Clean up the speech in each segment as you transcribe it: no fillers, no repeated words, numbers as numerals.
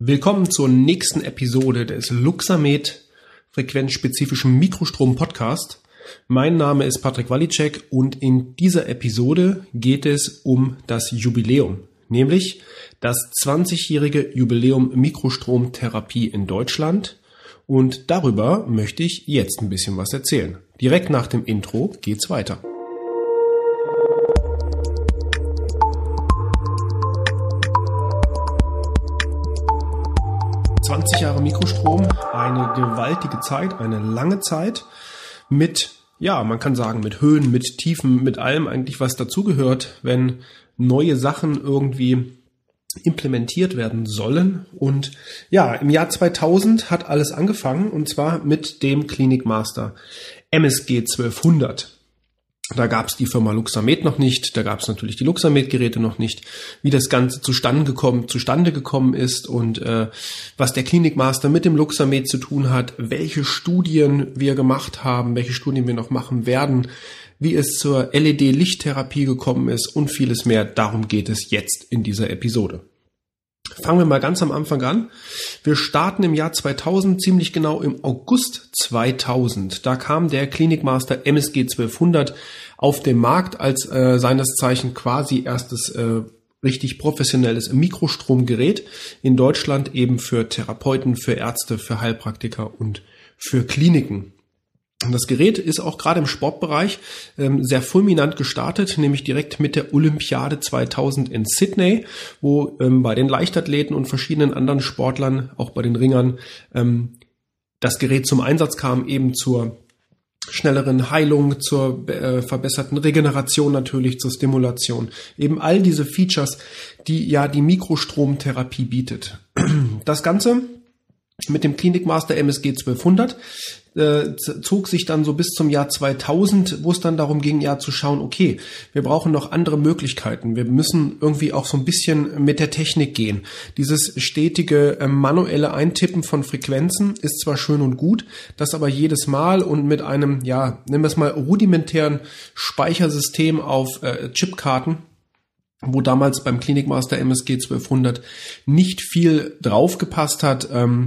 Willkommen zur nächsten Episode des Luxamed frequenzspezifischen Mikrostrom-Podcast. Mein Name ist Patrick Walicek und in dieser Episode geht es um das Jubiläum, nämlich das 20-jährige Jubiläum Mikrostromtherapie in Deutschland. Und darüber möchte ich jetzt ein bisschen was erzählen. Direkt nach dem Intro geht's weiter. Jahre Mikrostrom, eine gewaltige Zeit, eine lange Zeit mit, ja, man kann sagen, mit Höhen, mit Tiefen, mit allem eigentlich, was dazugehört, wenn neue Sachen irgendwie implementiert werden sollen. Und ja, im Jahr 2000 hat alles angefangen, und zwar mit dem Clinic Master MSG 1200. Da gab es die Firma Luxamed noch nicht, da gab es natürlich die Luxamed-Geräte noch nicht, wie das Ganze zustande gekommen ist und was der Clinic Master mit dem Luxamed zu tun hat, welche Studien wir gemacht haben, welche Studien wir noch machen werden, wie es zur LED-Lichttherapie gekommen ist und vieles mehr. Darum geht es jetzt in dieser Episode. Fangen wir mal ganz am Anfang an. Wir starten im Jahr 2000, ziemlich genau im August 2000. Da kam der Clinic Master MSG 1200 auf den Markt als seines Zeichen quasi erstes richtig professionelles Mikrostromgerät in Deutschland, eben für Therapeuten, für Ärzte, für Heilpraktiker und für Kliniken. Das Gerät ist auch gerade im Sportbereich sehr fulminant gestartet, nämlich direkt mit der Olympiade 2000 in Sydney, wo bei den Leichtathleten und verschiedenen anderen Sportlern, auch bei den Ringern, das Gerät zum Einsatz kam, eben zur schnelleren Heilung, zur verbesserten Regeneration natürlich, zur Stimulation. Eben all diese Features, die ja die Mikrostromtherapie bietet. Das Ganze mit dem Clinic Master MSG 1200 zog sich dann so bis zum Jahr 2000, wo es dann darum ging, ja zu schauen, okay, wir brauchen noch andere Möglichkeiten. Wir müssen irgendwie auch so ein bisschen mit der Technik gehen. Dieses stetige manuelle Eintippen von Frequenzen ist zwar schön und gut, das aber jedes Mal und mit einem, ja, nennen wir es mal rudimentären Speichersystem auf Chipkarten, wo damals beim Clinic Master MSG 1200 nicht viel draufgepasst hat,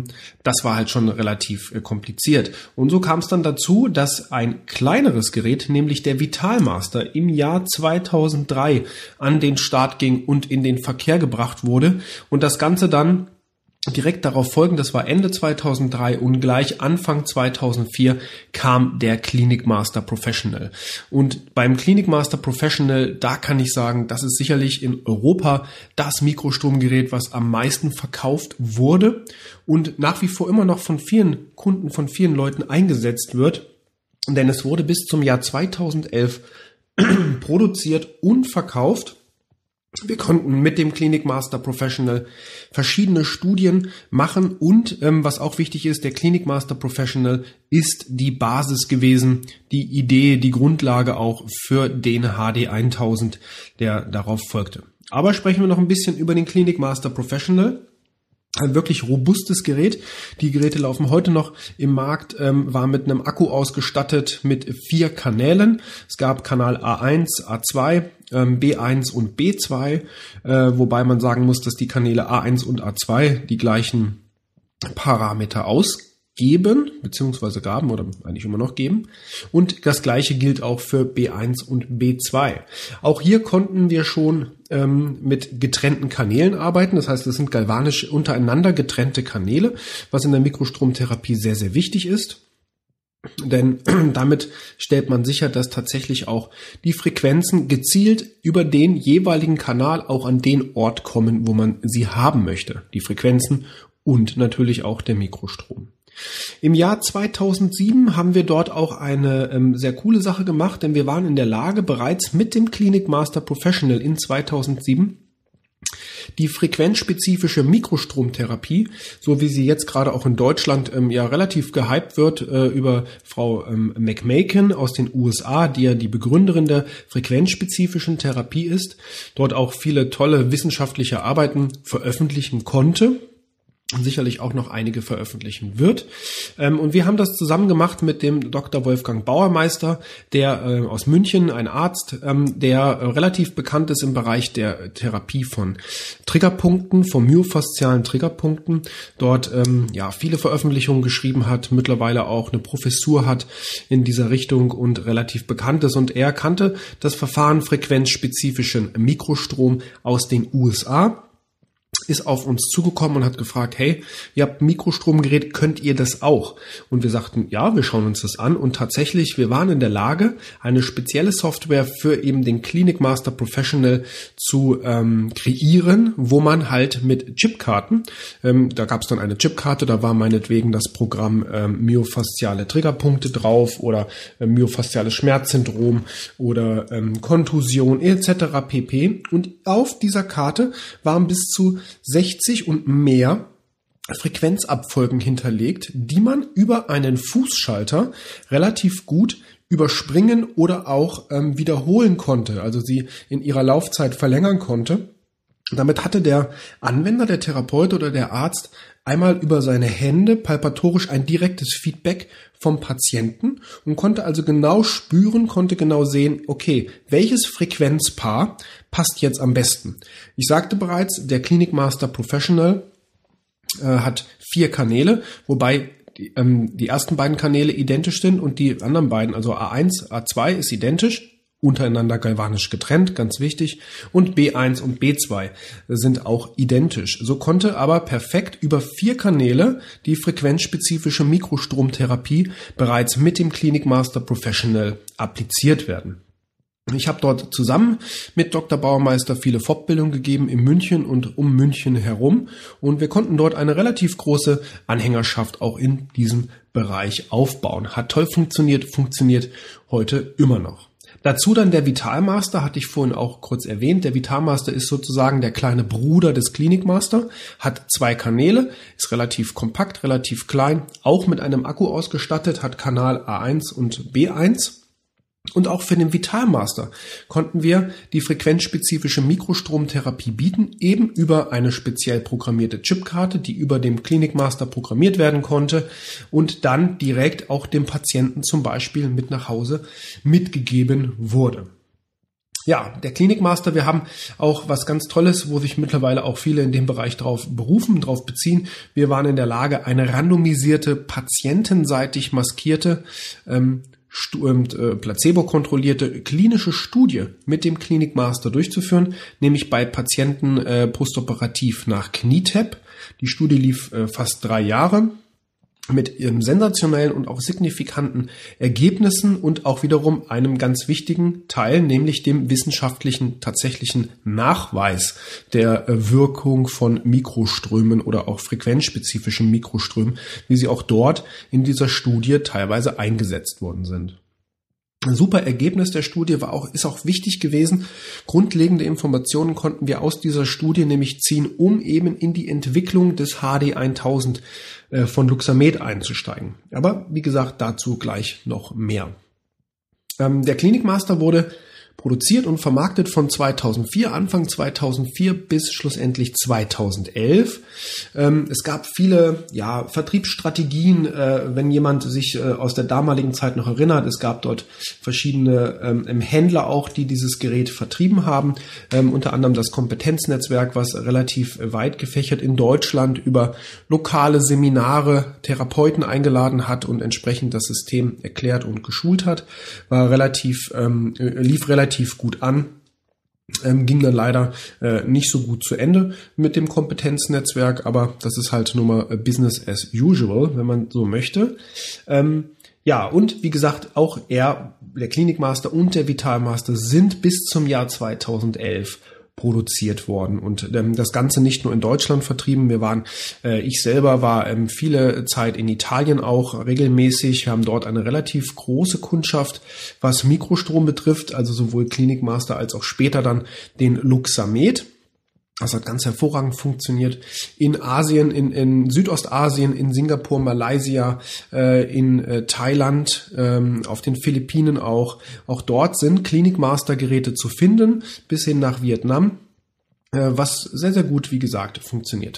das war halt schon relativ kompliziert. Und so kam es dann dazu, dass ein kleineres Gerät, nämlich der Vitalmaster, im Jahr 2003 an den Start ging und in den Verkehr gebracht wurde und das Ganze dann direkt darauf folgend, das war Ende 2003 und gleich Anfang 2004 kam der Clinic Master Professional. Und beim Clinic Master Professional, da kann ich sagen, das ist sicherlich in Europa das Mikrostromgerät, was am meisten verkauft wurde und nach wie vor immer noch von vielen Kunden, von vielen Leuten eingesetzt wird. Denn es wurde bis zum Jahr 2011 produziert und verkauft. Wir konnten mit dem Clinic Master Professional verschiedene Studien machen und was auch wichtig ist, der Clinic Master Professional ist die Basis gewesen, die Idee, die Grundlage auch für den HD 1000, der darauf folgte. Aber sprechen wir noch ein bisschen über den Clinic Master Professional. Ein wirklich robustes Gerät. Die Geräte laufen heute noch im Markt, war mit einem Akku ausgestattet mit 4 Kanälen. Es gab Kanal A1, A2, B1 und B2, wobei man sagen muss, dass die Kanäle A1 und A2 die gleichen Parameter ausgeben, beziehungsweise gaben oder eigentlich immer noch geben. Und das gleiche gilt auch für B1 und B2. Auch hier konnten wir schon mit getrennten Kanälen arbeiten. Das heißt, es sind galvanisch untereinander getrennte Kanäle, was in der Mikrostromtherapie sehr, sehr wichtig ist. Denn damit stellt man sicher, dass tatsächlich auch die Frequenzen gezielt über den jeweiligen Kanal auch an den Ort kommen, wo man sie haben möchte. Die Frequenzen und natürlich auch der Mikrostrom. Im Jahr 2007 haben wir dort auch eine sehr coole Sache gemacht, denn wir waren in der Lage, bereits mit dem Clinic Master Professional in 2007 die frequenzspezifische Mikrostromtherapie, so wie sie jetzt gerade auch in Deutschland ja relativ gehypt wird über Frau McMakin aus den USA, die ja die Begründerin der frequenzspezifischen Therapie ist, dort auch viele tolle wissenschaftliche Arbeiten veröffentlichen konnte. und sicherlich auch noch einige veröffentlichen wird. Und wir haben das zusammen gemacht mit dem Dr. Wolfgang Bauermeister, der aus München, ein Arzt, der relativ bekannt ist im Bereich der Therapie von Triggerpunkten, von myofaszialen Triggerpunkten. Dort viele Veröffentlichungen geschrieben hat, mittlerweile auch eine Professur hat in dieser Richtung und relativ bekannt ist. Und er kannte das Verfahren frequenzspezifischen Mikrostrom aus den USA, ist auf uns zugekommen und hat gefragt, hey, ihr habt ein Mikrostromgerät, könnt ihr das auch? Und wir sagten, ja, wir schauen uns das an. Und tatsächlich, wir waren in der Lage, eine spezielle Software für eben den Clinic Master Professional zu kreieren, wo man halt mit Chipkarten, da gab es dann eine Chipkarte, da war meinetwegen das Programm myofasziale Triggerpunkte drauf oder myofasziales Schmerzsyndrom oder Kontusion etc. pp. Und auf dieser Karte waren bis zu 60 und mehr Frequenzabfolgen hinterlegt, die man über einen Fußschalter relativ gut überspringen oder auch wiederholen konnte, also sie in ihrer Laufzeit verlängern konnte. Damit hatte der Anwender, der Therapeut oder der Arzt einmal über seine Hände palpatorisch ein direktes Feedback vom Patienten und konnte also genau spüren, konnte genau sehen, okay, welches Frequenzpaar passt jetzt am besten. Ich sagte bereits, der Clinic Master Professional hat 4 Kanäle, wobei die ersten beiden Kanäle identisch sind und die anderen beiden, also A1, A2 ist identisch, untereinander galvanisch getrennt, ganz wichtig, und B1 und B2 sind auch identisch. So konnte aber perfekt über 4 Kanäle die frequenzspezifische Mikrostromtherapie bereits mit dem Clinic Master Professional appliziert werden. Ich habe dort zusammen mit Dr. Bauermeister viele Fortbildungen gegeben in München und um München herum und wir konnten dort eine relativ große Anhängerschaft auch in diesem Bereich aufbauen. Hat toll funktioniert heute immer noch. Dazu dann der Vitalmaster, hatte ich vorhin auch kurz erwähnt. Der Vitalmaster ist sozusagen der kleine Bruder des Clinic Master, hat 2 Kanäle, ist relativ kompakt, relativ klein, auch mit einem Akku ausgestattet, hat Kanal A1 und B1. Und auch für den Vitalmaster konnten wir die frequenzspezifische Mikrostromtherapie bieten, eben über eine speziell programmierte Chipkarte, die über dem Clinic Master programmiert werden konnte und dann direkt auch dem Patienten zum Beispiel mit nach Hause mitgegeben wurde. Ja, der Clinic Master, wir haben auch was ganz Tolles, wo sich mittlerweile auch viele in dem Bereich drauf beziehen. Wir waren in der Lage, eine randomisierte, patientenseitig maskierte, placebo-kontrollierte klinische Studie mit dem Clinic Master durchzuführen, nämlich bei Patienten postoperativ nach Knie-TAP. Die Studie lief fast 3 Jahre mit sensationellen und auch signifikanten Ergebnissen und auch wiederum einem ganz wichtigen Teil, nämlich dem wissenschaftlichen tatsächlichen Nachweis der Wirkung von Mikroströmen oder auch frequenzspezifischen Mikroströmen, wie sie auch dort in dieser Studie teilweise eingesetzt worden sind. Ein super Ergebnis der Studie ist auch wichtig gewesen. Grundlegende Informationen konnten wir aus dieser Studie nämlich ziehen, um eben in die Entwicklung des HD 1000 von Luxamed einzusteigen. Aber wie gesagt, dazu gleich noch mehr. Der Clinic Master wurde produziert und vermarktet von Anfang 2004 bis schlussendlich 2011. Es gab viele Vertriebsstrategien, wenn jemand sich aus der damaligen Zeit noch erinnert. Es gab dort verschiedene Händler auch, die dieses Gerät vertrieben haben. Unter anderem das Kompetenznetzwerk, was relativ weit gefächert in Deutschland über lokale Seminare Therapeuten eingeladen hat und entsprechend das System erklärt und geschult hat. Lief relativ gut an, ging dann leider nicht so gut zu Ende mit dem Kompetenznetzwerk, aber das ist halt nur mal Business as usual, wenn man so möchte. Und wie gesagt, auch der Clinic Master und der Vitalmaster sind bis zum Jahr 2011 produziert worden und das Ganze nicht nur in Deutschland vertrieben. Ich selber war viele Zeit in Italien auch regelmäßig. Wir haben dort eine relativ große Kundschaft, was Mikrostrom betrifft, also sowohl Clinic Master als auch später dann den Luxamed. Das hat ganz hervorragend funktioniert. In Asien, in Südostasien, in Singapur, Malaysia, in Thailand, auf den Philippinen auch. Auch dort sind Clinic Master Geräte zu finden, bis hin nach Vietnam, was sehr, sehr gut, wie gesagt, funktioniert hat.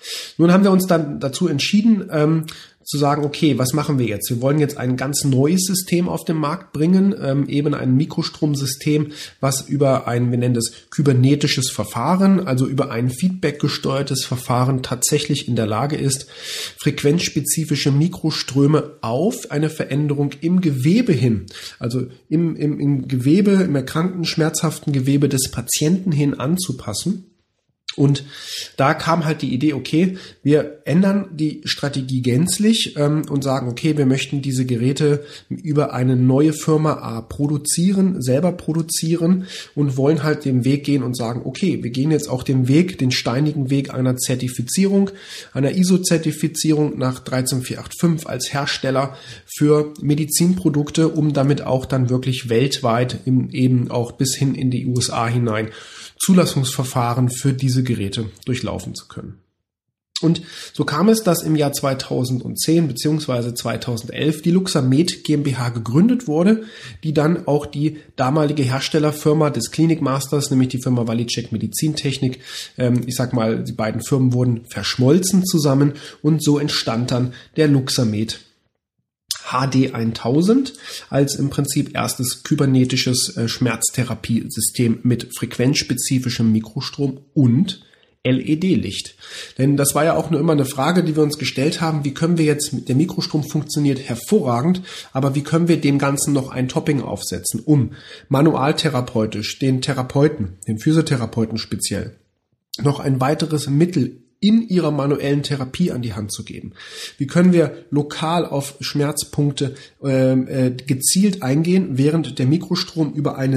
Nun haben wir uns dann dazu entschieden, zu sagen, okay, was machen wir jetzt? Wir wollen jetzt ein ganz neues System auf den Markt bringen, eben ein Mikrostromsystem, was über ein, wir nennen das kybernetisches Verfahren, also über ein feedbackgesteuertes Verfahren tatsächlich in der Lage ist, frequenzspezifische Mikroströme auf eine Veränderung im Gewebe hin, also im Gewebe, im erkrankten, schmerzhaften Gewebe des Patienten hin anzupassen. Und da kam halt die Idee, okay, wir ändern die Strategie gänzlich und sagen, okay, wir möchten diese Geräte über eine neue Firma selber produzieren und wollen halt den Weg gehen und sagen, okay, wir gehen jetzt auch den steinigen Weg einer Zertifizierung, einer ISO-Zertifizierung nach 13485 als Hersteller für Medizinprodukte, um damit auch dann wirklich weltweit eben auch bis hin in die USA hinein Zulassungsverfahren für diese Geräte durchlaufen zu können. Und so kam es, dass im Jahr 2010 bzw. 2011 die Luxamed GmbH gegründet wurde, die dann auch die damalige Herstellerfirma des Clinic Masters, nämlich die Firma Valicek Medizintechnik, die beiden Firmen wurden verschmolzen zusammen und so entstand dann der Luxamed HD1000 als im Prinzip erstes kybernetisches Schmerztherapiesystem mit frequenzspezifischem Mikrostrom und LED-Licht. Denn das war ja auch nur immer eine Frage, die wir uns gestellt haben, wie können wir jetzt, der Mikrostrom funktioniert hervorragend, aber wie können wir dem Ganzen noch ein Topping aufsetzen, um manualtherapeutisch den Therapeuten, den Physiotherapeuten speziell, noch ein weiteres Mittel in ihrer manuellen Therapie an die Hand zu geben. Wie können wir lokal auf Schmerzpunkte gezielt eingehen, während der Mikrostrom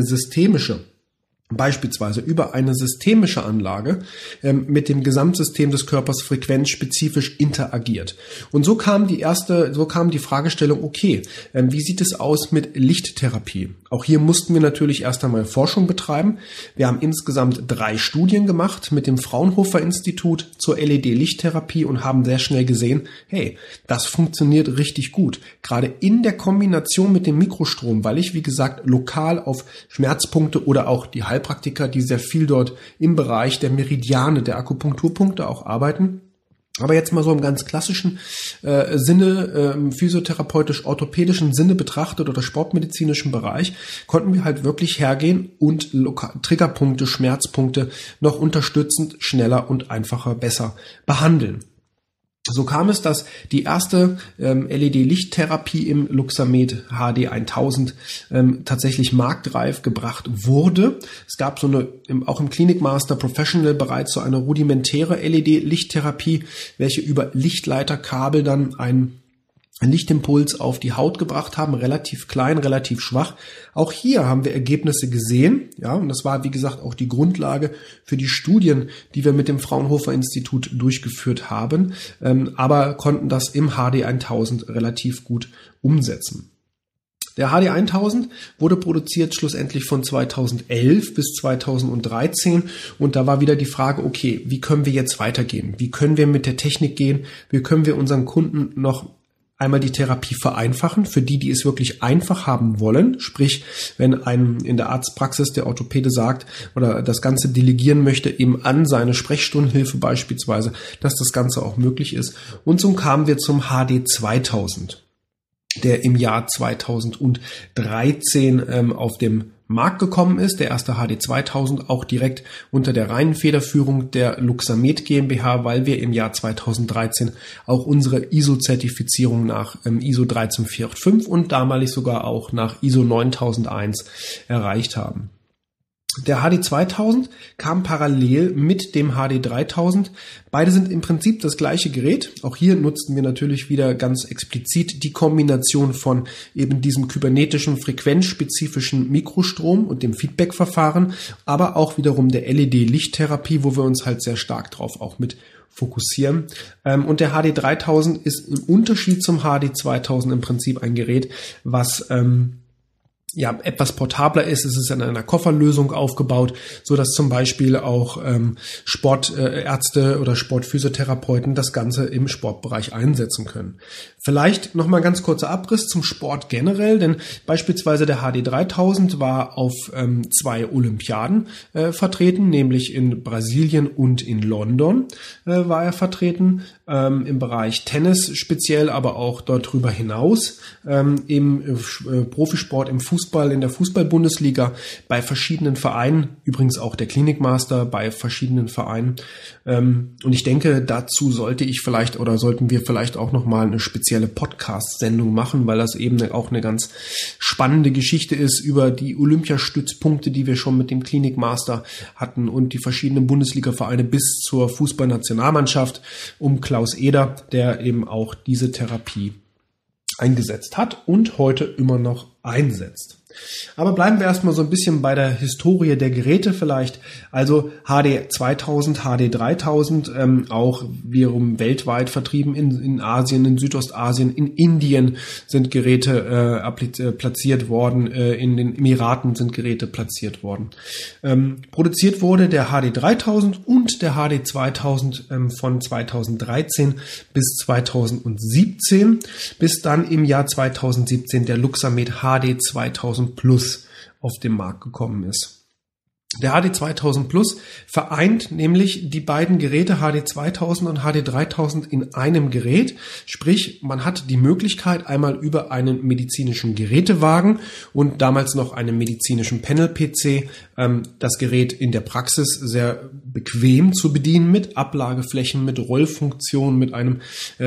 beispielsweise über eine systemische Anlage mit dem Gesamtsystem des Körpers frequenzspezifisch interagiert. Und so kam die Fragestellung, okay, wie sieht es aus mit Lichttherapie? Auch hier mussten wir natürlich erst einmal Forschung betreiben. Wir haben insgesamt 3 Studien gemacht mit dem Fraunhofer Institut zur LED-Lichttherapie und haben sehr schnell gesehen, hey, das funktioniert richtig gut. Gerade in der Kombination mit dem Mikrostrom, weil ich, wie gesagt, lokal auf Schmerzpunkte oder auch die Heilpraktiker, die sehr viel dort im Bereich der Meridiane, der Akupunkturpunkte auch arbeiten. Aber jetzt mal so im ganz klassischen Sinne, physiotherapeutisch-orthopädischen Sinne betrachtet oder sportmedizinischen Bereich, konnten wir halt wirklich hergehen und Triggerpunkte, Schmerzpunkte noch unterstützend, schneller und einfacher, besser behandeln. So kam es, dass die erste LED-Lichttherapie im Luxamed HD1000 tatsächlich marktreif gebracht wurde. Es gab auch im Clinic Master Professional bereits so eine rudimentäre LED-Lichttherapie, welche über Lichtleiterkabel dann einen Lichtimpuls auf die Haut gebracht haben, relativ klein, relativ schwach. Auch hier haben wir Ergebnisse gesehen, ja, und das war, wie gesagt, auch die Grundlage für die Studien, die wir mit dem Fraunhofer Institut durchgeführt haben, aber konnten das im HD1000 relativ gut umsetzen. Der HD1000 wurde produziert schlussendlich von 2011 bis 2013 und da war wieder die Frage, okay, wie können wir jetzt weitergehen? Wie können wir mit der Technik gehen? Wie können wir unseren Kunden noch einmal die Therapie vereinfachen, für die es wirklich einfach haben wollen. Sprich, wenn in der Arztpraxis der Orthopäde sagt oder das Ganze delegieren möchte, eben an seine Sprechstundenhilfe beispielsweise, dass das Ganze auch möglich ist. Und so kamen wir zum HD 2000, der im Jahr 2013 auf dem Markt gekommen ist, der erste HD 2000 auch direkt unter der reinen Federführung der Luxamed GmbH, weil wir im Jahr 2013 auch unsere ISO-Zertifizierung nach ISO 13485 und damalig sogar auch nach ISO 9001 erreicht haben. Der HD 2000 kam parallel mit dem HD 3000. Beide sind im Prinzip das gleiche Gerät. Auch hier nutzten wir natürlich wieder ganz explizit die Kombination von eben diesem kybernetischen, frequenzspezifischen Mikrostrom und dem Feedback-Verfahren, aber auch wiederum der LED-Lichttherapie, wo wir uns halt sehr stark drauf auch mit fokussieren. Und der HD 3000 ist im Unterschied zum HD 2000 im Prinzip ein Gerät, was etwas portabler ist. Es ist in einer Kofferlösung aufgebaut, so dass zum Beispiel auch Sportärzte oder Sportphysiotherapeuten das Ganze im Sportbereich einsetzen können. Vielleicht nochmal ganz kurzer Abriss zum Sport generell, denn beispielsweise der HD 3000 war auf 2 Olympiaden vertreten, nämlich in Brasilien und in London war er vertreten, im Bereich Tennis speziell, aber auch dort drüber hinaus, im Profisport, im Fußball, in der Fußball-Bundesliga, bei verschiedenen Vereinen, übrigens auch der Klinikmaster bei verschiedenen Vereinen. Und ich denke, dazu sollten wir vielleicht auch nochmal eine spezielle Podcast-Sendung machen, weil das eben auch eine ganz spannende Geschichte ist über die Olympiastützpunkte, die wir schon mit dem Klinikmaster hatten und die verschiedenen Bundesliga-Vereine bis zur Fußballnationalmannschaft um Klaus Eder, der eben auch diese Therapie eingesetzt hat und heute immer noch einsetzt. Aber bleiben wir erstmal so ein bisschen bei der Historie der Geräte vielleicht. Also HD 2000, HD 3000, auch wiederum weltweit vertrieben in Asien, in Südostasien, in Indien sind Geräte platziert worden, in den Emiraten sind Geräte platziert worden. Produziert wurde der HD 3000 und der HD 2000 von 2013 bis 2017, bis dann im Jahr 2017 der Luxamed HD 2000 Plus auf den Markt gekommen ist. Der HD 2000 Plus vereint nämlich die beiden Geräte HD 2000 und HD 3000 in einem Gerät. Sprich, man hat die Möglichkeit, einmal über einen medizinischen Gerätewagen und damals noch einen medizinischen Panel-PC das Gerät in der Praxis sehr bequem zu bedienen mit Ablageflächen, mit Rollfunktion, mit einem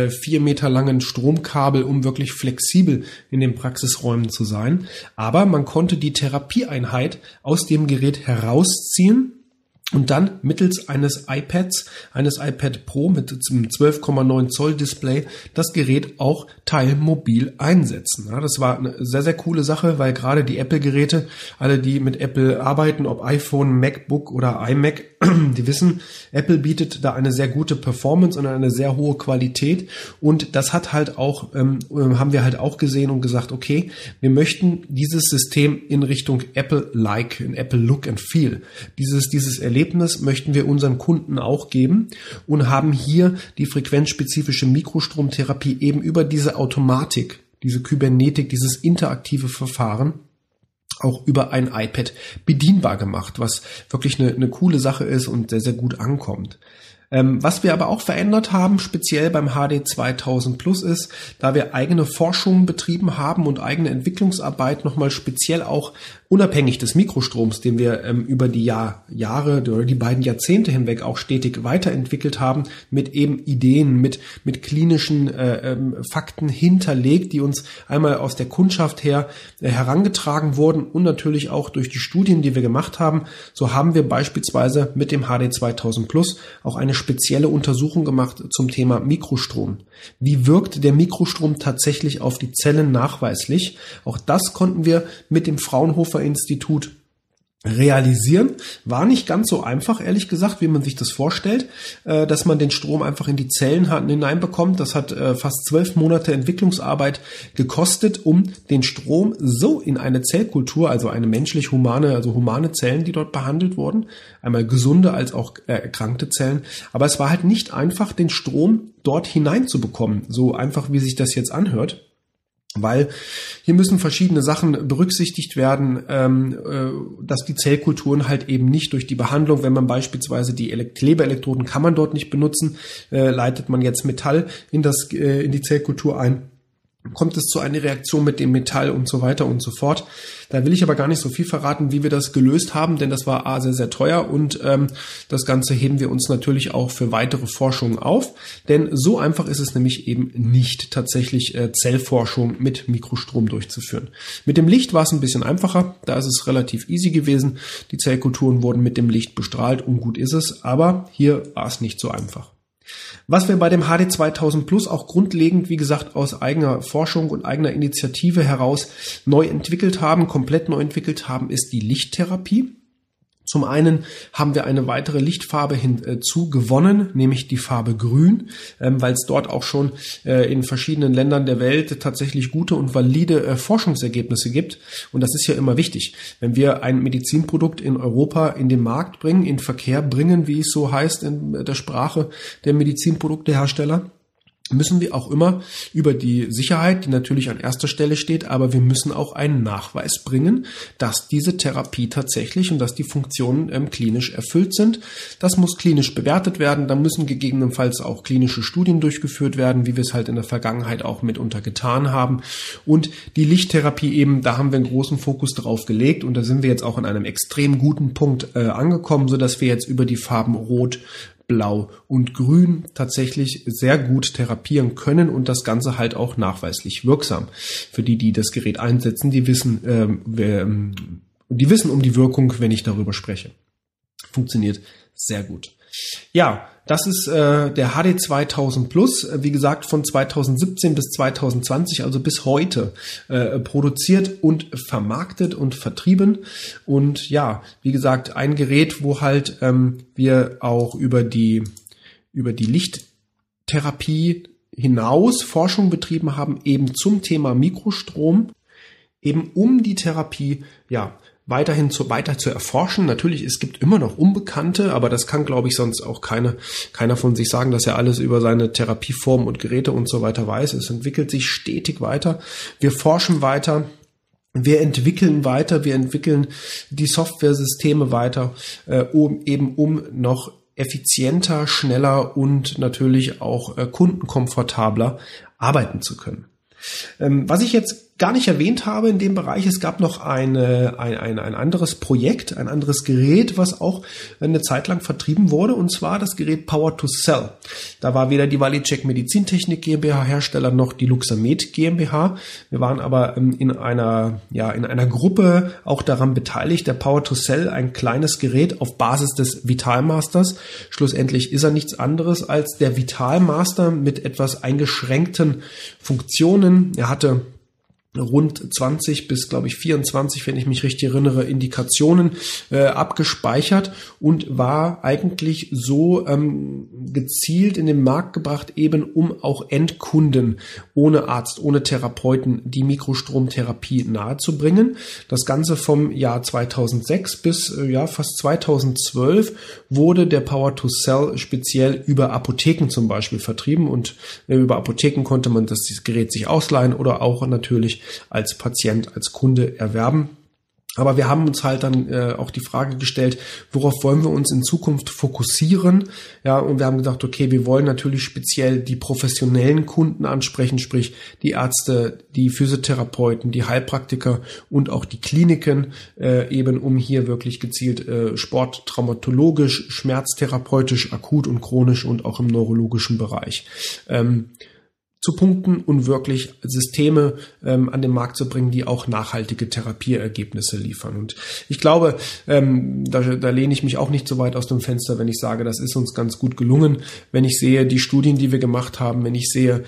4 Meter langen Stromkabel, um wirklich flexibel in den Praxisräumen zu sein. Aber man konnte die Therapieeinheit aus dem Gerät herausziehen und dann mittels eines iPads, eines iPad Pro mit einem 12,9 Zoll Display das Gerät auch teilmobil einsetzen. Ja, das war eine sehr, sehr coole Sache, weil gerade die Apple-Geräte, alle die mit Apple arbeiten, ob iPhone, MacBook oder iMac, die wissen, Apple bietet da eine sehr gute Performance und eine sehr hohe Qualität und das hat halt auch, haben wir halt auch gesehen und gesagt, okay, wir möchten dieses System in Richtung Apple-like, in Apple Look and Feel. Dieses Erlebnis möchten wir unseren Kunden auch geben und haben hier die frequenzspezifische Mikrostromtherapie eben über diese Automatik, diese Kybernetik, dieses interaktive Verfahren auch über ein iPad bedienbar gemacht, was wirklich eine coole Sache ist und sehr, sehr gut ankommt. Was wir aber auch verändert haben, speziell beim HD 2000 Plus ist, da wir eigene Forschungen betrieben haben und eigene Entwicklungsarbeit nochmal speziell auch unabhängig des Mikrostroms, den wir über die Jahre oder die beiden Jahrzehnte hinweg auch stetig weiterentwickelt haben, mit eben Ideen, mit klinischen Fakten hinterlegt, die uns einmal aus der Kundschaft her herangetragen wurden und natürlich auch durch die Studien, die wir gemacht haben. So haben wir beispielsweise mit dem HD 2000 Plus auch eine spezielle Untersuchung gemacht zum Thema Mikrostrom. Wie wirkt der Mikrostrom tatsächlich auf die Zellen nachweislich? Auch das konnten wir mit dem Fraunhofer Institut realisieren. War nicht ganz so einfach, ehrlich gesagt, wie man sich das vorstellt, dass man den Strom einfach in die Zellen hineinbekommt. Das hat fast 12 Monate Entwicklungsarbeit gekostet, um den Strom so in eine Zellkultur, also eine menschlich-humane, also humane Zellen, die dort behandelt wurden, einmal gesunde als auch erkrankte Zellen. Aber es war halt nicht einfach, den Strom dort hineinzubekommen, so einfach, wie sich das jetzt anhört. Weil hier müssen verschiedene Sachen berücksichtigt werden, dass die Zellkulturen halt eben nicht durch die Behandlung, wenn man beispielsweise die Klebeelektroden kann man dort nicht benutzen, leitet man jetzt Metall in die Zellkultur ein, kommt es zu einer Reaktion mit dem Metall und so weiter und so fort. Da will ich aber gar nicht so viel verraten, wie wir das gelöst haben, denn das war sehr, sehr teuer und das Ganze heben wir uns natürlich auch für weitere Forschungen auf, denn so einfach ist es nämlich eben nicht, tatsächlich Zellforschung mit Mikrostrom durchzuführen. Mit dem Licht war es ein bisschen einfacher, da ist es relativ easy gewesen, die Zellkulturen wurden mit dem Licht bestrahlt und gut ist es, aber hier war es nicht so einfach. Was wir bei dem HD 2000 Plus auch grundlegend, wie gesagt, aus eigener Forschung und eigener Initiative heraus neu entwickelt haben, komplett neu entwickelt haben, ist die Lichttherapie. Zum einen haben wir eine weitere Lichtfarbe hinzu gewonnen, nämlich die Farbe Grün, weil es dort auch schon in verschiedenen Ländern der Welt tatsächlich gute und valide Forschungsergebnisse gibt. Und das ist ja immer wichtig. Wenn wir ein Medizinprodukt in Europa in den Markt bringen, in Verkehr bringen, wie es so heißt in der Sprache der Medizinproduktehersteller, müssen wir auch immer über die Sicherheit, die natürlich an erster Stelle steht, aber wir müssen auch einen Nachweis bringen, dass diese Therapie tatsächlich und dass die Funktionen klinisch erfüllt sind. Das muss klinisch bewertet werden, da müssen gegebenenfalls auch klinische Studien durchgeführt werden, wie wir es halt in der Vergangenheit auch mitunter getan haben. Und die Lichttherapie eben, da haben wir einen großen Fokus drauf gelegt und da sind wir jetzt auch an einem extrem guten Punkt angekommen, sodass wir jetzt über die Farben Rot, Blau und Grün tatsächlich sehr gut therapieren können und das Ganze halt auch nachweislich wirksam. Für die das Gerät einsetzen, die wissen um die Wirkung, wenn ich darüber spreche. Funktioniert sehr gut. Ja, das ist der HD 2000 Plus, wie gesagt von 2017 bis 2020, also bis heute produziert und vermarktet und vertrieben. Und ja, wie gesagt, ein Gerät, wo halt wir auch über die Lichttherapie hinaus Forschung betrieben haben, eben zum Thema Mikrostrom, eben um die Therapie, ja, weiter zu erforschen. Natürlich, es gibt immer noch Unbekannte, aber das kann, glaube ich, sonst auch keiner von sich sagen, dass er alles über seine Therapieformen und Geräte und so weiter weiß. Es entwickelt sich stetig weiter. Wir forschen weiter. Wir entwickeln weiter. Wir entwickeln die Softwaresysteme weiter, um noch effizienter, schneller und natürlich auch kundenkomfortabler arbeiten zu können. Was ich jetzt gar nicht erwähnt habe in dem Bereich, es gab noch ein anderes Projekt, ein anderes Gerät, was auch eine Zeit lang vertrieben wurde, und zwar das Gerät Power to Cell. Da war weder die Valicek Medizintechnik GmbH Hersteller noch die Luxamed GmbH. Wir waren aber in einer Gruppe auch daran beteiligt. Der Power to Cell, ein kleines Gerät auf Basis des Vitalmasters. Schlussendlich ist er nichts anderes als der Vitalmaster mit etwas eingeschränkten Funktionen. Er hatte rund 20 bis, glaube ich, 24, wenn ich mich richtig erinnere, Indikationen abgespeichert und war eigentlich so gezielt in den Markt gebracht, eben um auch Endkunden ohne Arzt, ohne Therapeuten die Mikrostromtherapie nahezubringen. Das Ganze vom Jahr 2006 bis fast 2012 wurde der Power to Cell speziell über Apotheken zum Beispiel vertrieben und über Apotheken konnte man das Gerät sich ausleihen oder auch natürlich als Patient, als Kunde erwerben. Aber wir haben uns halt dann auch die Frage gestellt, worauf wollen wir uns in Zukunft fokussieren? Ja, und wir haben gedacht, okay, wir wollen natürlich speziell die professionellen Kunden ansprechen, sprich die Ärzte, die Physiotherapeuten, die Heilpraktiker und auch die Kliniken, eben um hier wirklich gezielt sporttraumatologisch, schmerztherapeutisch, akut und chronisch und auch im neurologischen Bereich zu punkten und wirklich Systeme an den Markt zu bringen, die auch nachhaltige Therapieergebnisse liefern. Und ich glaube, da lehne ich mich auch nicht so weit aus dem Fenster, wenn ich sage, das ist uns ganz gut gelungen. Wenn ich sehe die Studien, die wir gemacht haben, wenn ich sehe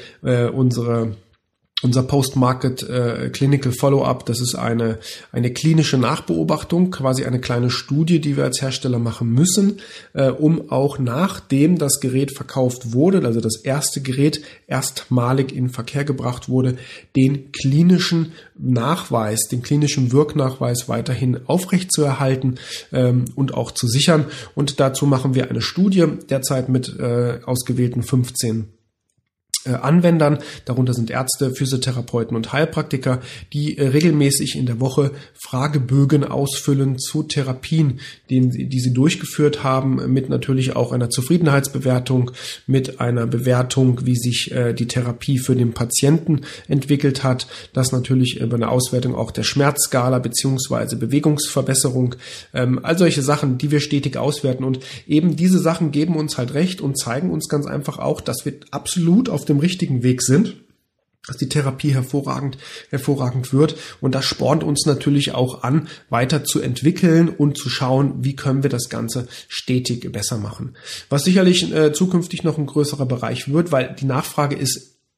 unser Post-Market Clinical Follow-up, das ist eine klinische Nachbeobachtung, quasi eine kleine Studie, die wir als Hersteller machen müssen, um auch nachdem das Gerät verkauft wurde, also das erste Gerät erstmalig in Verkehr gebracht wurde, den klinischen Nachweis, den klinischen Wirknachweis weiterhin aufrechtzuerhalten und auch zu sichern. Und dazu machen wir eine Studie, derzeit mit ausgewählten 15 Anwendern, darunter sind Ärzte, Physiotherapeuten und Heilpraktiker, die regelmäßig in der Woche Fragebögen ausfüllen zu Therapien, die sie durchgeführt haben, mit natürlich auch einer Zufriedenheitsbewertung, mit einer Bewertung, wie sich die Therapie für den Patienten entwickelt hat, das natürlich über eine Auswertung auch der Schmerzskala beziehungsweise Bewegungsverbesserung, all solche Sachen, die wir stetig auswerten, und eben diese Sachen geben uns halt recht und zeigen uns ganz einfach auch, dass wir absolut auf dem richtigen Weg sind, dass die Therapie hervorragend wird, und das spornt uns natürlich auch an, weiter zu entwickeln und zu schauen, wie können wir das Ganze stetig besser machen. Was sicherlich zukünftig noch ein größerer Bereich wird, weil die Nachfrage ist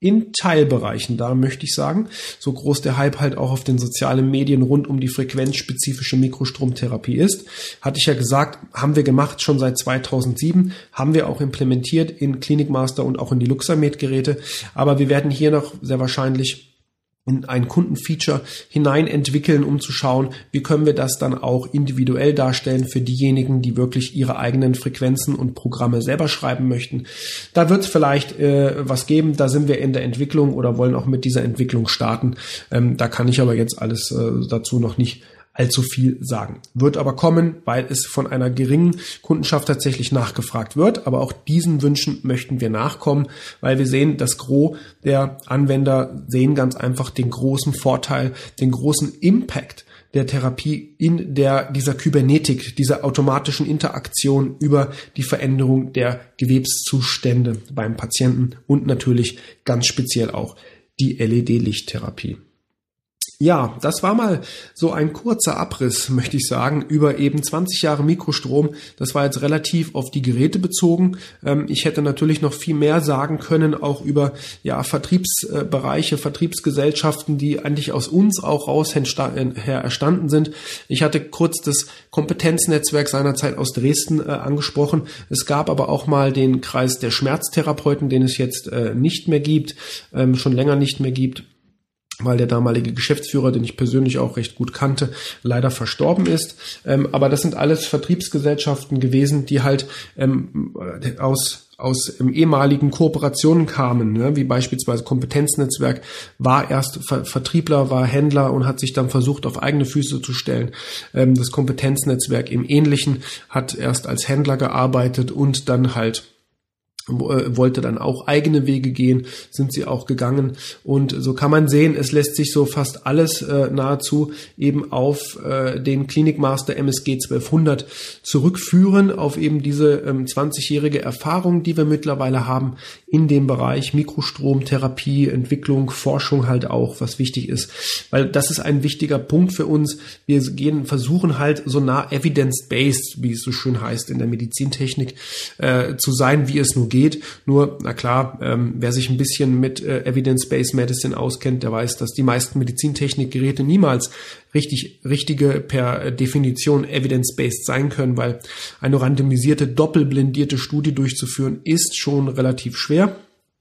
in Teilbereichen. Da möchte ich sagen, so groß der Hype halt auch auf den sozialen Medien rund um die frequenzspezifische Mikrostromtherapie ist, hatte ich ja gesagt, haben wir gemacht schon seit 2007, haben wir auch implementiert in Clinicmaster und auch in die Luxamed-Geräte, aber wir werden hier noch sehr wahrscheinlich in ein Kundenfeature hinein entwickeln, um zu schauen, wie können wir das dann auch individuell darstellen für diejenigen, die wirklich ihre eigenen Frequenzen und Programme selber schreiben möchten. Da wird es vielleicht was geben, da sind wir in der Entwicklung oder wollen auch mit dieser Entwicklung starten. Da kann ich aber jetzt alles dazu noch nicht allzu viel sagen. Wird aber kommen, weil es von einer geringen Kundenschaft tatsächlich nachgefragt wird. Aber auch diesen Wünschen möchten wir nachkommen, weil wir sehen, das Gros der Anwender sehen ganz einfach den großen Vorteil, den großen Impact der Therapie in dieser Kybernetik, dieser automatischen Interaktion über die Veränderung der Gewebszustände beim Patienten und natürlich ganz speziell auch die LED-Lichttherapie. Ja, das war mal so ein kurzer Abriss, möchte ich sagen, über eben 20 Jahre Mikrostrom. Das war jetzt relativ auf die Geräte bezogen. Ich hätte natürlich noch viel mehr sagen können, auch über Vertriebsbereiche, Vertriebsgesellschaften, die eigentlich aus uns auch erstanden sind. Ich hatte kurz das Kompetenznetzwerk seinerzeit aus Dresden angesprochen. Es gab aber auch mal den Kreis der Schmerztherapeuten, den es jetzt nicht mehr gibt, schon länger nicht mehr gibt, weil der damalige Geschäftsführer, den ich persönlich auch recht gut kannte, leider verstorben ist. Aber das sind alles Vertriebsgesellschaften gewesen, die halt aus ehemaligen Kooperationen kamen, ne? Wie beispielsweise Kompetenznetzwerk war erst Vertriebler, war Händler und hat sich dann versucht, auf eigene Füße zu stellen. Das Kompetenznetzwerk im Ähnlichen hat erst als Händler gearbeitet und dann halt wollte dann auch eigene Wege gehen, sind sie auch gegangen, und so kann man sehen, es lässt sich so fast alles nahezu eben auf den Clinicmaster MSG 1200 zurückführen, auf eben diese 20-jährige Erfahrung, die wir mittlerweile haben in dem Bereich Mikrostromtherapie, Entwicklung, Forschung halt auch, was wichtig ist, weil das ist ein wichtiger Punkt für uns. Wir versuchen halt so nah evidence-based, wie es so schön heißt in der Medizintechnik, zu sein, wie es nur geht. Nur, na klar, wer sich ein bisschen mit Evidence-Based Medicine auskennt, der weiß, dass die meisten Medizintechnikgeräte niemals richtige per Definition Evidence-Based sein können, weil eine randomisierte, doppelblindierte Studie durchzuführen, ist schon relativ schwer,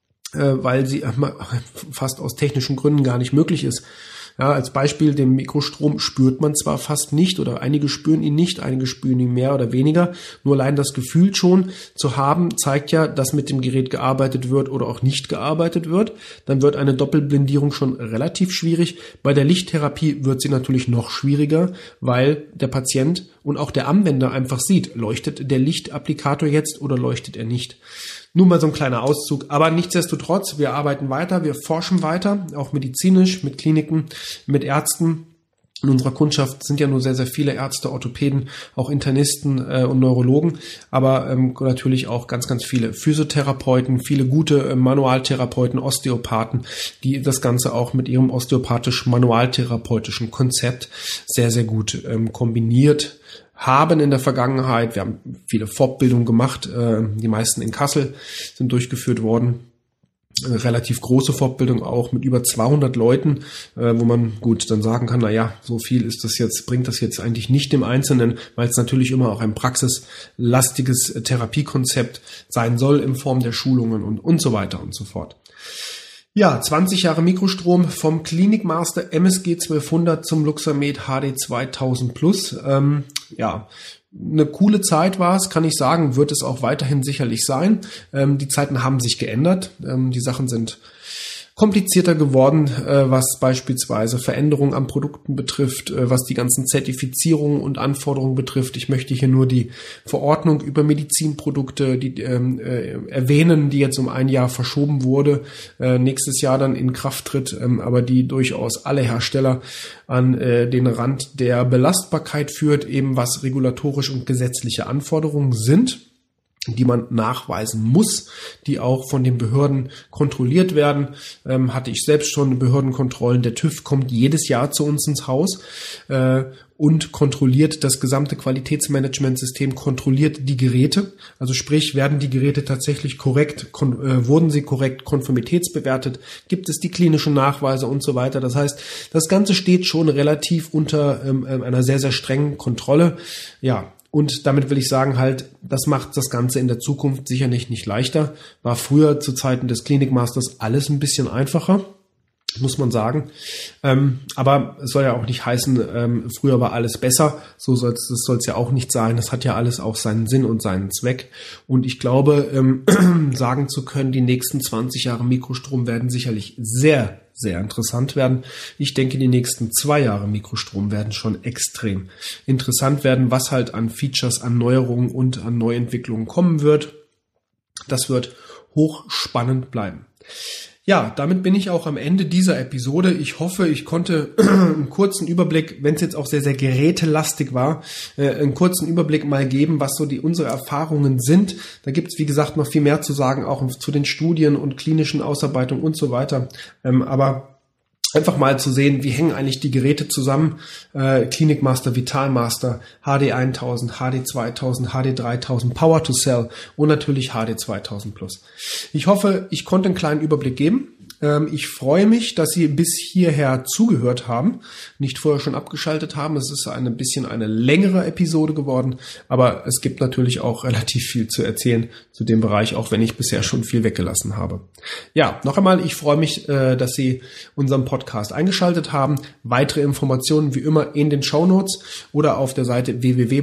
weil sie fast aus technischen Gründen gar nicht möglich ist. Ja, als Beispiel, den Mikrostrom spürt man zwar fast nicht oder einige spüren ihn nicht, einige spüren ihn mehr oder weniger. Nur allein das Gefühl schon zu haben, zeigt ja, dass mit dem Gerät gearbeitet wird oder auch nicht gearbeitet wird. Dann wird eine Doppelblindierung schon relativ schwierig. Bei der Lichttherapie wird sie natürlich noch schwieriger, weil der Patient und auch der Anwender einfach sieht, leuchtet der Lichtapplikator jetzt oder leuchtet er nicht. Nur mal so ein kleiner Auszug, aber nichtsdestotrotz, wir arbeiten weiter, wir forschen weiter, auch medizinisch, mit Kliniken, mit Ärzten. In unserer Kundschaft sind ja nur sehr, sehr viele Ärzte, Orthopäden, auch Internisten und Neurologen, aber natürlich auch ganz, ganz viele Physiotherapeuten, viele gute Manualtherapeuten, Osteopathen, die das Ganze auch mit ihrem osteopathisch-manualtherapeutischen Konzept sehr, sehr gut kombiniert haben in der Vergangenheit. Wir haben viele Fortbildungen gemacht, die meisten in Kassel sind durchgeführt worden. Eine relativ große Fortbildung auch mit über 200 Leuten, wo man gut dann sagen kann, na ja, so viel ist das jetzt, bringt das jetzt eigentlich nicht dem Einzelnen, weil es natürlich immer auch ein praxislastiges Therapiekonzept sein soll in Form der Schulungen und so weiter und so fort. Ja, 20 Jahre Mikrostrom vom Clinicmaster MSG 1200 zum Luxamed HD 2000 Plus. Ja, eine coole Zeit war es, kann ich sagen, wird es auch weiterhin sicherlich sein. Die Zeiten haben sich geändert. Die Sachen sind komplizierter geworden, was beispielsweise Veränderungen an Produkten betrifft, was die ganzen Zertifizierungen und Anforderungen betrifft. Ich möchte hier nur die Verordnung über Medizinprodukte erwähnen, die jetzt um ein Jahr verschoben wurde, nächstes Jahr dann in Kraft tritt, aber die durchaus alle Hersteller an den Rand der Belastbarkeit führt, eben was regulatorische und gesetzliche Anforderungen sind. die man nachweisen muss, die auch von den Behörden kontrolliert werden. Hatte ich selbst schon Behördenkontrollen. Der TÜV kommt jedes Jahr zu uns ins Haus und kontrolliert das gesamte Qualitätsmanagementsystem, kontrolliert die Geräte. Also sprich, werden die Geräte tatsächlich wurden sie korrekt konformitätsbewertet, gibt es die klinischen Nachweise und so weiter. Das heißt, das Ganze steht schon relativ unter einer sehr, sehr strengen Kontrolle. Ja. Und damit will ich sagen halt, das macht das Ganze in der Zukunft sicherlich nicht leichter. War früher zu Zeiten des Klinikmasters alles ein bisschen einfacher, muss man sagen. Aber es soll ja auch nicht heißen, früher war alles besser. Das soll es ja auch nicht sein. Das hat ja alles auch seinen Sinn und seinen Zweck. Und ich glaube, sagen zu können, die nächsten 20 Jahre Mikrostrom werden sicherlich sehr, sehr interessant werden. Ich denke, die nächsten 2 Jahre Mikrostrom werden schon extrem interessant werden, was halt an Features, an Neuerungen und an Neuentwicklungen kommen wird. Das wird hochspannend bleiben. Ja, damit bin ich auch am Ende dieser Episode. Ich hoffe, ich konnte einen kurzen Überblick, wenn es jetzt auch sehr, sehr gerätelastig war, einen kurzen Überblick mal geben, was so unsere Erfahrungen sind. Da gibt es, wie gesagt, noch viel mehr zu sagen, auch zu den Studien und klinischen Ausarbeitungen und so weiter. Aber einfach mal zu sehen, wie hängen eigentlich die Geräte zusammen. Klinikmaster, Vitalmaster, HD1000, HD2000, HD3000, Power to Cell und natürlich HD2000 Plus. Ich hoffe, ich konnte einen kleinen Überblick geben. Ich freue mich, dass Sie bis hierher zugehört haben, nicht vorher schon abgeschaltet haben. Es ist ein bisschen eine längere Episode geworden, aber es gibt natürlich auch relativ viel zu erzählen zu dem Bereich, auch wenn ich bisher schon viel weggelassen habe. Ja, noch einmal, ich freue mich, dass Sie unseren Podcast eingeschaltet haben. Weitere Informationen wie immer in den Shownotes oder auf der Seite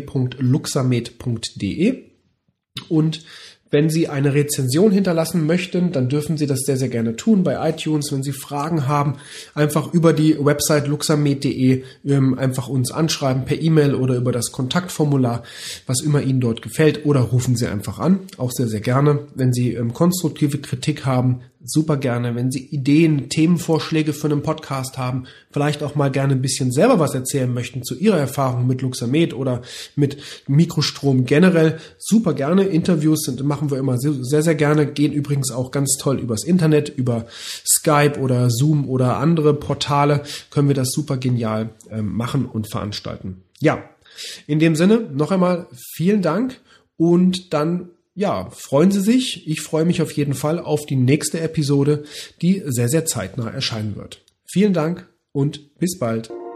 www.luxamed.de. Und wenn Sie eine Rezension hinterlassen möchten, dann dürfen Sie das sehr, sehr gerne tun bei iTunes. Wenn Sie Fragen haben, einfach über die Website luxamed.de einfach uns anschreiben per E-Mail oder über das Kontaktformular, was immer Ihnen dort gefällt, oder rufen Sie einfach an, auch sehr, sehr gerne. Wenn Sie konstruktive Kritik haben, super gerne. Wenn Sie Ideen, Themenvorschläge für einen Podcast haben, vielleicht auch mal gerne ein bisschen selber was erzählen möchten zu Ihrer Erfahrung mit Luxamed oder mit Mikrostrom generell, super gerne. Interviews machen wir immer sehr, sehr gerne, gehen übrigens auch ganz toll übers Internet, über Skype oder Zoom oder andere Portale, können wir das super genial machen und veranstalten. Ja, in dem Sinne noch einmal vielen Dank und dann freuen Sie sich. Ich freue mich auf jeden Fall auf die nächste Episode, die sehr, sehr zeitnah erscheinen wird. Vielen Dank und bis bald.